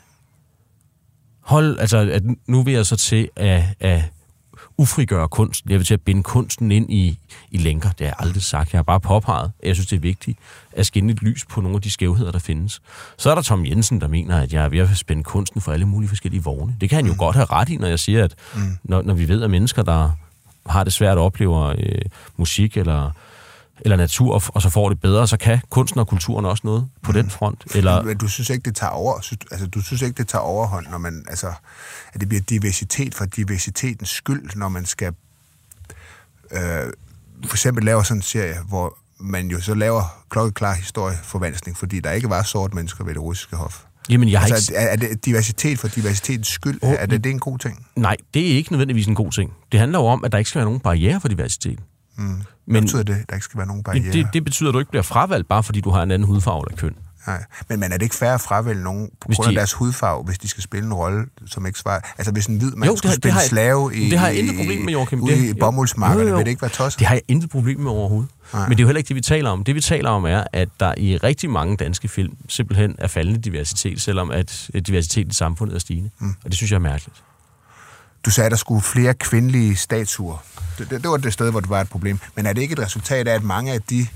hold, altså, at nu vil jeg så til at, at ufrigøre kunsten. Jeg vil til at binde kunsten ind i, i lænker. Det har jeg aldrig sagt. Jeg har bare påpeget, at jeg synes, det er vigtigt at skinne et lys på nogle af de skævheder, der findes. Så er der Tom Jensen, der mener, at jeg er ved at spænde kunsten for alle mulige forskellige vogne. Det kan han jo mm. godt have ret i, når jeg siger, at mm. når, når vi ved, at mennesker, der har det svært at opleve øh, musik eller eller natur, og så får det bedre, så kan kunsten og kulturen også noget på mm. den front. Eller... Men du synes ikke, det tager over, altså, du synes ikke, det tager overhånd, når man, altså, at det bliver diversitet for diversitetens skyld, når man skal øh, for eksempel lave sådan en serie, hvor man jo så laver klokkeklar historieforvanskning, fordi der ikke var sorte mennesker ved det russiske hof. Jamen, jeg altså, ikke... er, er det diversitet for diversitetens skyld? Oh, er det, det en god ting? Nej, det er ikke nødvendigvis en god ting. Det handler jo om, at der ikke skal være nogen barriere for diversitet. Mm. Hvad betyder det, der ikke skal være nogen barriere? Det, det betyder, at du ikke bliver fravalgt, bare fordi du har en anden hudfarve eller køn. Nej. Men, men er det ikke fair at fravælge nogen på hvis grund af de... deres hudfarve, hvis de skal spille en rolle, som ikke svarer? Altså hvis en hvid mand jo, skulle det, spille det slave i, det har jeg intet problem med, Joachim. ude det, i bomuldsmarkerne, vil det ikke være tosset? Det har jeg intet problem med overhovedet. Nej. Men det er jo heller ikke det, vi taler om. Det, vi taler om, er, at der i rigtig mange danske film simpelthen er faldende diversitet, selvom at diversiteten i samfundet er stigende. Mm. Og det synes jeg er mærkeligt. Du sagde, at der skulle flere kvindelige statuer. Det, det, det var det sted, hvor det var et problem. Men er det ikke et resultat af, at mange af de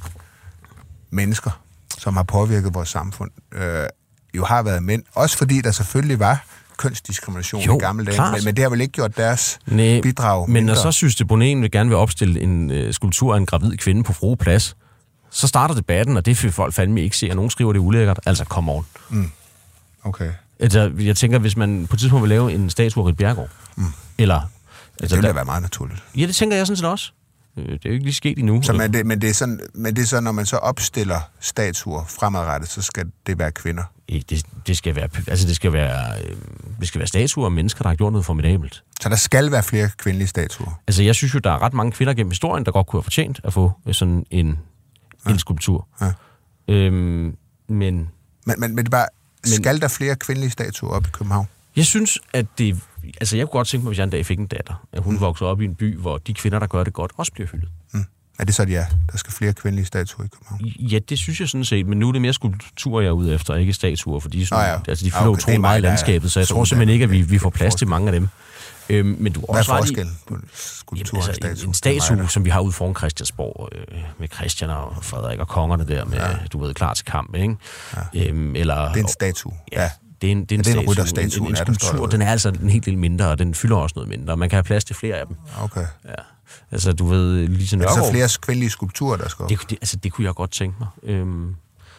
mennesker, som har påvirket vores samfund, øh, jo har været mænd? Også fordi der selvfølgelig var kønsdiskrimination jo, i gamle dage, men, men det har vel ikke gjort deres Næ, bidrag men mindre. når så synes det, Bonen vil gerne vil opstille en øh, skulptur af en gravid kvinde på Frue Plads, så starter debatten, og det vil folk fandme ikke se, og nogen skriver det ulækkert. Altså, come on. Mm. Okay. Altså, jeg tænker, hvis man på et tidspunkt vil lave en statue af Ritt Bjerregaard, mm. eller... Altså, det ville da være meget naturligt. Ja, det tænker jeg sådan set også. Det er jo ikke lige sket endnu. Så, men, det, men, det er sådan, men det er sådan, når man så opstiller statuer fremadrettet, så skal det være kvinder? Det, det skal være, altså det skal være, det skal være statuer af mennesker, der har gjort noget formidabelt. Så der skal være flere kvindelige statuer? Altså, jeg synes jo, der er ret mange kvinder gennem historien, der godt kunne have fortjent at få sådan en, ja. en skulptur. Ja. Øhm, men, men, men, men det er bare, skal men, der flere kvindelige statuer op i København? Jeg synes, at det... Altså, jeg kunne godt tænke mig, hvis jeg en dag fik en datter, at hun mm. voksede op i en by, hvor de kvinder, der gør det godt, også bliver hyldet. Mm. Er det så, at ja, der skal flere kvindelige statuer i København? Ja, det synes jeg sådan set, men nu er det mere skulpturer, jeg er ude efter, ikke statuer, for de, sådan, ah, ja. altså, de fylder ah, okay. utrolig meget i landskabet, så jeg tror simpelthen ikke, at vi, vi får plads til mange af dem. Øhm, men du Hvad er forskellen på skulptur og altså, en statue, som vi har ude foran Christiansborg, øh, med Christian og Frederik og kongerne der, med, ja. du ved, klar til kamp, ikke? Ja. Øhm, eller, det er en statue, ja. ja. Det er en, det er en, ja, det er en statue, en, en, en skulptur, den er altså en helt lille mindre, og den fylder også noget mindre, og man kan have plads til flere af dem. Okay. Ja. Altså, du ved, Lise Nørgaard... Altså flere kvindelige skulpturer, der skal op? Det, det, altså, det kunne jeg godt tænke mig. Øhm,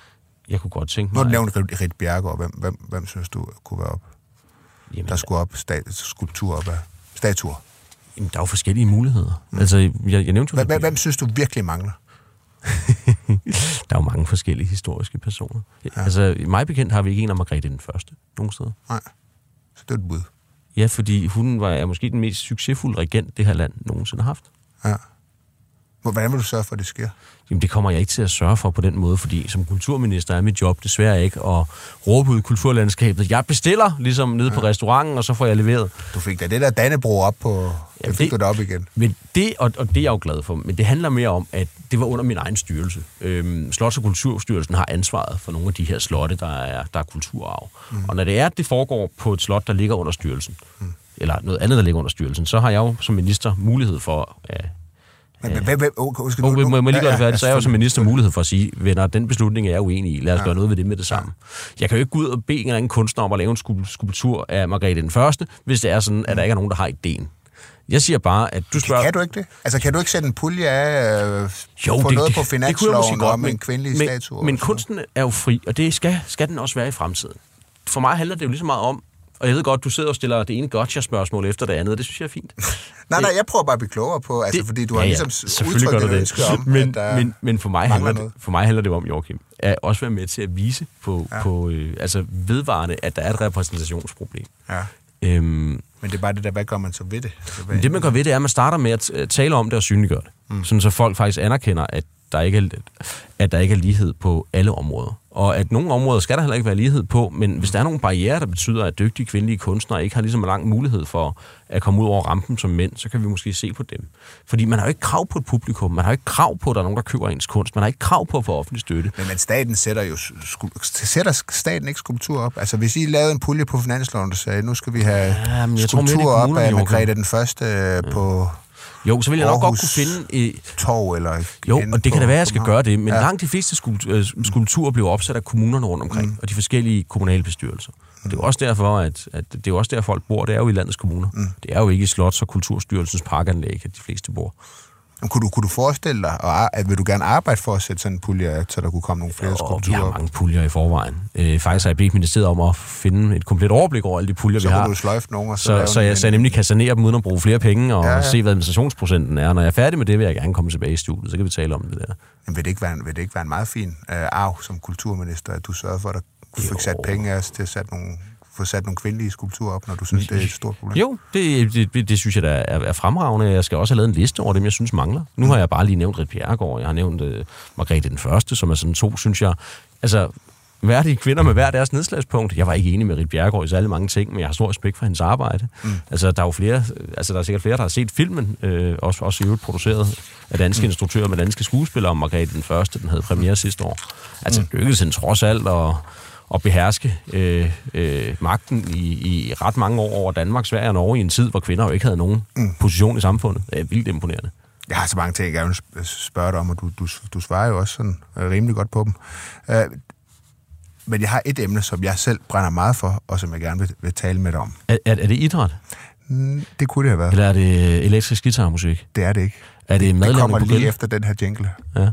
jeg kunne godt tænke mig... Nu har du nævnt Ritt Bjerregaard. Hvem, hvem, hvem synes du kunne være op? Jamen, der skulle op stat, skulpturer op af statuer. Jamen, der er jo forskellige muligheder. Mm. Altså, jeg, jeg nævnte jo... Hvem, hvem synes du virkelig mangler? Der er jo mange forskellige historiske personer. Ja. Altså, mig bekendt har vi ikke en af Margrethe den første, nogen steder. Nej, så det er et bud. Ja, fordi hun var måske den mest succesfulde regent, det her land nogensinde har haft. Ja. Hvordan vil du sørge for, at det sker? Jamen, det kommer jeg ikke til at sørge for på den måde, fordi som kulturminister er mit job desværre ikke at råbe ud kulturlandskabet. Jeg bestiller, ligesom nede ja. på restauranten, og så får jeg leveret. Du fik da det der Dannebrog op på... Ja, fik det, du op igen. Men det, og, og det er jeg jo glad for, men det handler mere om, at det var under min egen styrelse. Øhm, Slots- og Kulturstyrelsen har ansvaret for nogle af de her slotte, der er, der er kulturarv. Mm. Og når det er, at det foregår på et slot, der ligger under styrelsen, mm. eller noget andet, der ligger under styrelsen, så har jeg jo som minister mulighed for at... Men, men, hvem, oh, skal du, må, må, må lige gøre det færdigt, så er jeg jo som minister mulighed for at sige, venner, den beslutning er jeg uenig i. Lad os ja. gøre noget ved det med det samme. Ja. Jeg kan jo ikke gå ud og bede en eller anden kunstner om at lave en skulptur af Margrethe den første, hvis det er sådan, at der ikke er nogen, der har ideen. Jeg siger bare, at du spørger... Kan du ikke det? Altså, kan du ikke sætte en pulje af øh, jo, få det, noget på finansloven om en kvindelig men, statue? Men kunsten er jo fri, og det skal, skal den også være i fremtiden. For mig handler det jo lige så meget om, og jeg ved godt, du sidder og stiller det ene gotcha-spørgsmål efter det andet, og det synes jeg er fint. nej, nej, jeg prøver bare at blive klogere på, altså, det, fordi du har ja, ja, ligesom udtrykt et ønske om, men, at men, men for mig, handler det, for mig handler det om, Joachim, at også være med til at vise på, ja. på øh, altså vedvarende, at der er et repræsentationsproblem. Ja. Øhm, men det er bare det der, hvad gør man så ved det? Altså, hvad det, man gør ved det, er, at man starter med at tale om det og synliggøre det. Mm. Sådan så folk faktisk anerkender, at der ikke er, at der ikke er lighed på alle områder. Og at nogle områder skal der heller ikke være lighed på, men hvis der er nogle barrierer, der betyder, at dygtige kvindelige kunstnere ikke har lige så lang mulighed for at komme ud over rampen som mænd, så kan vi måske se på dem. Fordi man har jo ikke krav på et publikum, man har jo ikke krav på, at der er nogen, der køber ens kunst, man har ikke krav på at få offentlig støtte. Men, men staten sætter jo sætter staten ikke skulptur op? Altså hvis I lavede en pulje på finansloven, der sagde, nu skal vi have ja, skulptur op af Margrethe den første ja. på... Jo, så vil jeg nok godt kunne finde... Øh, Torv eller... Jo, og det kan da være, at jeg skal gøre det, men ja. langt de fleste skulpturer bliver opsat af kommunerne rundt omkring, mm. og de forskellige kommunale bestyrelser. Mm. Og det er jo også derfor, at, at det er jo også der, folk bor. Det er jo i landets kommuner. Mm. Det er jo ikke i Slots- og Kulturstyrelsens parkanlæg, at de fleste bor. Kunne du, kunne du forestille dig, og at vil du gerne arbejde for at sætte sådan en pulje, så der kunne komme nogle flere skulpturer? Vi har mange puljer i forvejen. Øh, faktisk har jeg bedt ministeriet om at finde et komplet overblik over alle de puljer, så vi har. Så kunne du sløjfe nogle, og så, så, så jeg, så jeg nemlig kan sanere dem uden at bruge flere penge, og ja, ja. se, hvad administrationsprocenten er. Når jeg er færdig med det, vil jeg gerne komme tilbage i studiet, så kan vi tale om det der. Men vil det ikke være en, vil det ikke være en meget fin øh, arv som kulturminister, at du sørger for, at du fik sat penge af os til at sætte nogle få sat nogle kvindelige skulpturer op, når du synes, det er et stort problem? Jo, det, det, det synes jeg, der er, er fremragende. Jeg skal også have lavet en liste over dem, jeg synes mangler. Nu har jeg bare lige nævnt Ritt Bjerregaard, jeg har nævnt uh, Margrethe den Første, som er sådan to, synes jeg. Altså, værdige kvinder med hver deres nedslagspunkt. Jeg var ikke enig med Ritt Bjerregaard i særlig mange ting, men jeg har stor respekt for hendes arbejde. Mm. Altså, der er jo flere, altså, der er sikkert flere, der har set filmen, øh, også, også i øvrigt produceret af danske mm. instruktører med danske skuespillere om Margrethe den Første, den havde premiere sidste år. Altså, det lykkedes hende trods alt at, at beherske øh, øh, magten i, i ret mange år over Danmark, Sverige og Norge i en tid, hvor kvinder jo ikke havde nogen mm. position i samfundet. Det er vildt imponerende. Jeg har så mange ting, jeg gerne vil spørge dig om, og du, du, du svarer jo også sådan rimelig godt på dem. Uh, Men jeg har et emne, som jeg selv brænder meget for, og som jeg gerne vil, vil tale med dig om. Er, er, er det idræt? Mm, det kunne det have været. Eller er det elektrisk guitarmusik? Det er det ikke. Er det, det, det kommer lige efter den her jingle. Ja.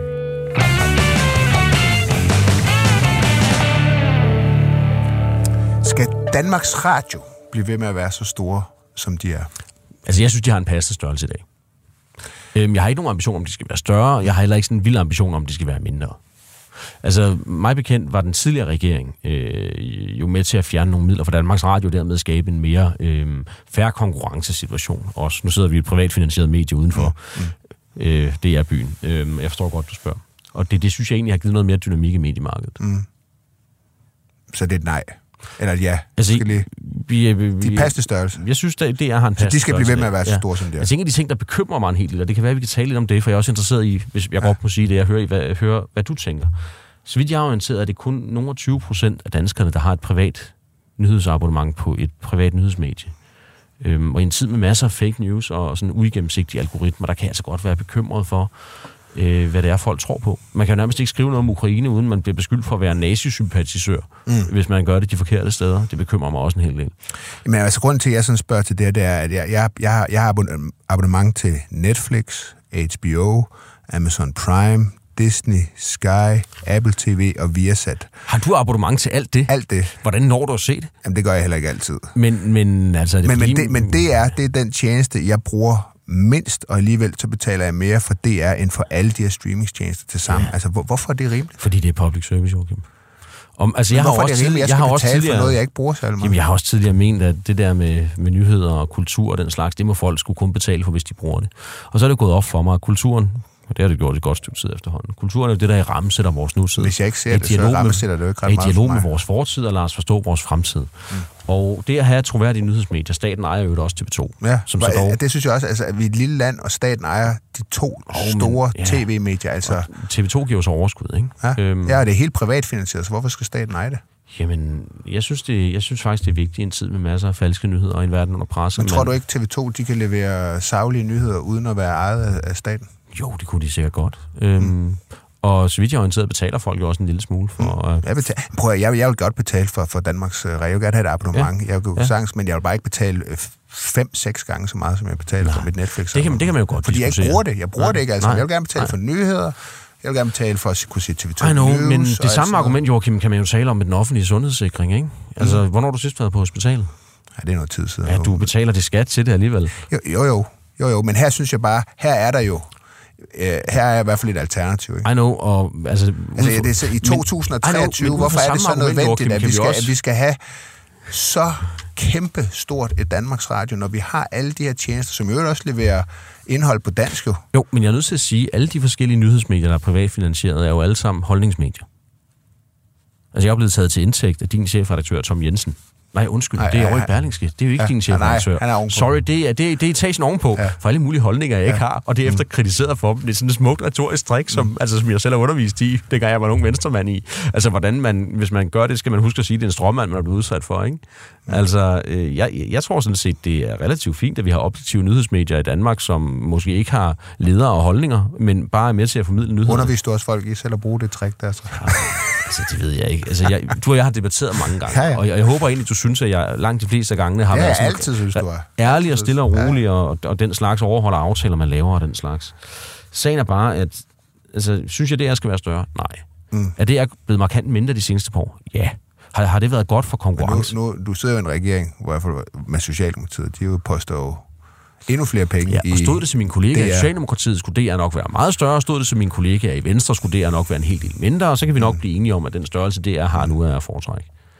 Skal Danmarks Radio blive ved med at være så store, som de er? Altså, jeg synes, de har en passende størrelse i dag. Øhm, jeg har ikke nogen ambition om, de skal være større. Jeg har heller ikke sådan en vild ambition om, de skal være mindre. Altså, mig bekendt var den tidligere regering øh, jo med til at fjerne nogle midler fra Danmarks Radio, og dermed skabe en mere øh, fair konkurrencesituation. Også, nu sidder vi i et privatfinansieret medie udenfor mm. øh, D R-byen. Øh, jeg forstår godt, du spørger. Og det, det synes jeg egentlig har givet noget mere dynamik i mediemarkedet. Mm. Så det er et nej? Eller et ja? Altså, lige... vi, vi, vi, de passende størrelse? Jeg synes, det er har en passende Så de skal blive ved med at være så store, ja. Som de er? Altså, en af de ting, der bekymrer mig en hel del, og det kan være, at vi kan tale lidt om det, for jeg er også interesseret i, hvis jeg ja. godt må sige det, jeg hører, hvad, hører, hvad du tænker. Så vidt jeg er orienteret, er det kun nogle tyve procent af danskerne, der har et privat nyhedsabonnement på et privat nyhedsmedie. Øhm, og i en tid med masser af fake news og sådan uigennemsigtige algoritmer, der kan jeg altså godt være bekymret for, øh, hvad det er, folk tror på. Man kan jo nærmest ikke skrive noget om Ukraine, uden man bliver beskyldt for at være nazisympatisør, mm. hvis man gør det de forkerte steder. Det bekymrer mig også en hel del. Men altså, grunden til, at jeg sådan spørger til det, det er, at jeg, jeg, jeg, har, jeg har abonnement til Netflix, H B O, Amazon Prime, Disney, Sky, Apple T V og Viasat. Har du abonnement til alt det? Alt det. Hvordan når du at se det? Jamen, det gør jeg heller ikke altid. Men, men altså... Er det men, fordi... men, det, men det er, det er den tjeneste, jeg bruger mindst, og alligevel så betaler jeg mere for D R, end for alle de her streamingstjenester til sammen. Ja. Altså, hvor, hvorfor er det rimeligt? Fordi det er public service, Joachim. Om, altså, jeg hvorfor har er også det rimeligt? Jeg skal jeg har betale også for noget, jeg ikke bruger særlig meget. Jamen, jeg har også tidligere ment, at det der med, med nyheder og kultur og den slags, det må folk skulle kun betale for, hvis de bruger det. Og så er det gået op for mig, at kulturen, og det har det gjort et godt stykke tid efterhånden. Kulturen er jo det, der i rammesætter vores nutid. Hvis jeg ikke ser det, så rammesætter det jo ikke ret meget. I dialog med vores fortid og lader os forstå vores fremtid. Mm. Og det at have troværdige nyhedsmedier, staten ejer jo også T V to. Ja, som så dog... det synes jeg også, altså, at vi er et lille land, og staten ejer de to oh, store ja. tv-medier. Altså... Og T V to giver så overskud, ikke? Ja, øhm... ja, det er helt privatfinansieret, så hvorfor skal staten eje det? Jamen, jeg synes, det, jeg synes faktisk, det er vigtigt i en tid med masser af falske nyheder og en verden under pres. Men tror du ikke, T V to de kan levere saglige nyheder uden at være ejet af staten? Jo, det kunne de sikkert godt. Øhm, mm. Og så vidt jeg er orienteret, betaler folk jo også en lille smule for... Mm. At... Jeg, betaler, prøv at, jeg, jeg vil godt betale for, for Danmarks Radio. Jeg vil gerne have et abonnement. Ja. Jeg vil ja. sagtens, men jeg vil bare ikke betale fem, seks gange så meget, som jeg betaler Nej. for mit Netflix. Det kan, det kan man jo godt Fordi jeg ikke bruger det. Jeg bruger Nej. det ikke. Altså. Jeg vil gerne betale Nej. for nyheder. Jeg vil gerne betale for at kunne se T V to I know, News. Men det samme argument, Joachim, kan man jo tale om med den offentlige sundhedssikring, ikke? Altså, mm. hvornår har du sidst været på hospitalet? Ja, det er noget tid siden. Ja, du betaler det skat til det alligevel. Jo, jo, jo. jo, jo. Men her synes jeg bare, her er der jo her er i hvert fald et alternativ, ikke? I know, og altså... altså det er så, i to tusind og treogtyve, know, hvorfor er det så nødvendigt, at vi, skal, at vi skal have så kæmpe stort et Danmarks Radio, når vi har alle de her tjenester, som jo også leverer indhold på dansk, jo? Jo, men jeg er nødt til at sige, at alle de forskellige nyhedsmedier, der er privatfinansieret, er jo alle sammen holdningsmedier. Altså, jeg er blevet taget til indtægt af din chefredaktør, Tom Jensen. Nej, undskyld, nej, det er over i Berlingske. Det er jo ikke ja, din chefredaktør. Nej, han er Sorry, det er, det, er, det er etagen ovenpå, ja. for alle mulige holdninger, jeg ikke ja. har, og det er efter kritiseret for dem. Det er sådan et smukt retorisk trik, som, mm. altså, som jeg selv har undervist i, det gør jeg var nogen venstremand i. Altså, hvordan man, hvis man gør det, skal man huske at sige, at det er en stråmand, man er blevet udsat for, ikke? Mm. Altså, øh, jeg, jeg tror sådan set, det er relativt fint, at vi har objektive nyhedsmedier i Danmark, som måske ikke har ledere og holdninger, men bare er med til at formidle nyheder. Underviste du også folk i selv at bruge det trick der, så? Ja. Altså, det ved jeg ikke. Altså, jeg, du og jeg har debatteret mange gange, ja, ja. og jeg, jeg håber egentlig, du synes, at jeg langt de fleste af gangene har ja, været sådan, altid synes du er. ærlig og stille og rolig, ja. og, og den slags overholder aftaler, man laver og den slags. Sagen er bare, at altså, synes jeg, det her skal være større? Nej. Mm. Er det blevet markant mindre de seneste par år? Ja. Har, har det været godt for konkurrence? Nu, nu, du sidder jo i en regering, hvor jeg får, med Socialdemokratiet, de jo påstår endnu flere penge. Ja, og stod det til min kollega i Socialdemokratiet, skulle D R nok være meget større, stod det til min kollega i Venstre, skulle D R nok være en helt del mindre, og så kan vi nok mm. blive enige om, at den størrelse D R har nu er at foretrække.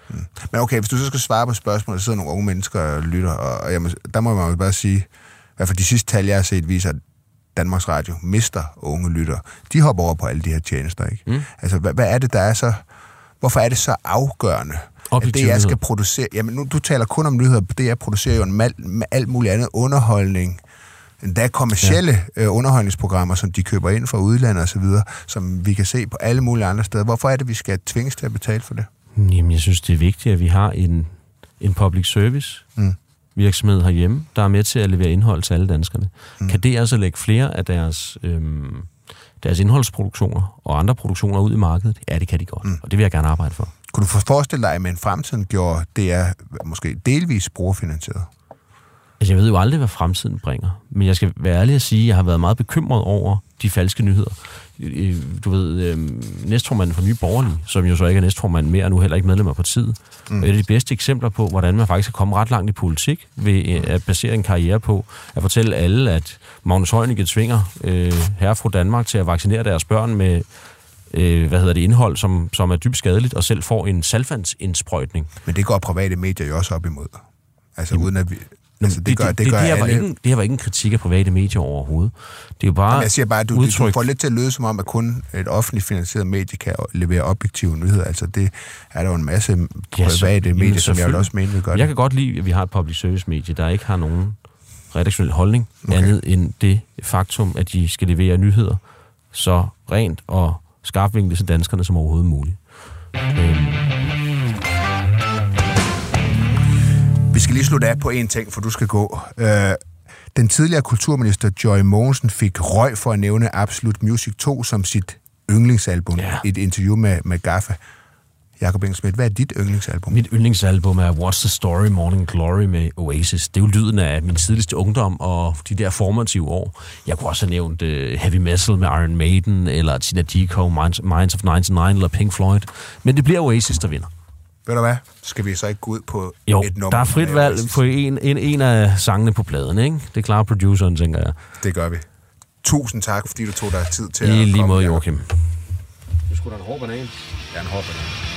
Mm. Men okay, hvis du så skal svare på spørgsmålet, der sidder nogle unge mennesker og lytter, og jeg må, der må man jo bare sige, i hvert fald de sidste tal, jeg har set, viser, at Danmarks Radio mister unge lytter. De hopper over på alle de her tjenester, ikke? Mm. Altså, hvad, hvad er det, der er så... Hvorfor er det så afgørende, at det, jeg skal producere... Jamen, nu, du taler kun om nyheder, det jeg producerer jo en mal, med alt muligt andet underholdning, endda kommercielle ja. øh, underholdningsprogrammer, som de køber ind fra udlandet og så videre, som vi kan se på alle mulige andre steder. Hvorfor er det, vi skal tvinges til at betale for det? Jamen, jeg synes, det er vigtigt, at vi har en, en public service mm. virksomhed herhjemme, der er med til at levere indhold til alle danskerne. Mm. Kan det altså lægge flere af deres, øhm, deres indholdsproduktioner og andre produktioner ud i markedet? Ja, det kan de godt, mm. og det vil jeg gerne arbejde for. Kunne du forestille dig, at med en fremtiden gjorde det er måske delvis brugerfinansieret? Altså, jeg ved jo aldrig, hvad fremtiden bringer. Men jeg skal være ærlig at sige, at jeg har været meget bekymret over de falske nyheder. Du ved, næstformanden for Nye Borgerlige, som jo så ikke er næstformand mere, og nu heller ikke medlem af partiet. Mm. Et af de bedste eksempler på, hvordan man faktisk kan komme ret langt i politik, ved at basere en karriere på, at fortælle alle, at Magnus Heunicke tvinger øh, herre fra Danmark til at vaccinere deres børn med øh, hvad hedder det, indhold, som, som er dybt skadeligt, og selv får en saltvandsindsprøjtning. Men det går private medier jo også op imod. Altså uden at vi... Altså, det, det, gør, det, det, gør det, her alle... var ikke, det her var ikke en kritik af private medier overhovedet. Det er jo bare... Jamen, jeg siger bare, at du, udtryk... du får lidt til at lyde som om, at kun et offentligt finansieret medie kan levere objektive nyheder. Altså, det er der jo en masse private ja, medier, som jeg vil også mene, vil gøre det. Jeg kan godt lide, at vi har et public service medie, der ikke har nogen redaktionel holdning, okay. andet end det faktum, at de skal levere nyheder så rent og skarpvinklet til danskerne som overhovedet muligt. Øhm... Vi skal lige slutte af på en ting, for du skal gå. Øh, den tidligere kulturminister Joy Mogensen fik røg for at nævne Absolute Music to som sit yndlingsalbum ja. i et interview med, med Gaffa. Jakob Engelsmidt, hvad er dit yndlingsalbum? Mit yndlingsalbum er What's the Story, Morning Glory med Oasis. Det er jo lyden af min tidligste ungdom og de der formative år. Jeg kunne også have nævnt uh, Heavy Metal med Iron Maiden, eller Tina Dickow, Minds, Minds of nioghalvfems, eller Pink Floyd. Men det bliver Oasis, der vinder. Ved du hvad? Skal vi så ikke gå ud på jo, et nummer? Der er frit valg på en, en, en af sangene på pladen, ikke? Det klarer produceren, tænker jeg. Det gør vi. Tusind tak, fordi du tog dig tid til I at komme. I lige måde, Joachim. Du skulle da en hård banan. Ja, en hård banan.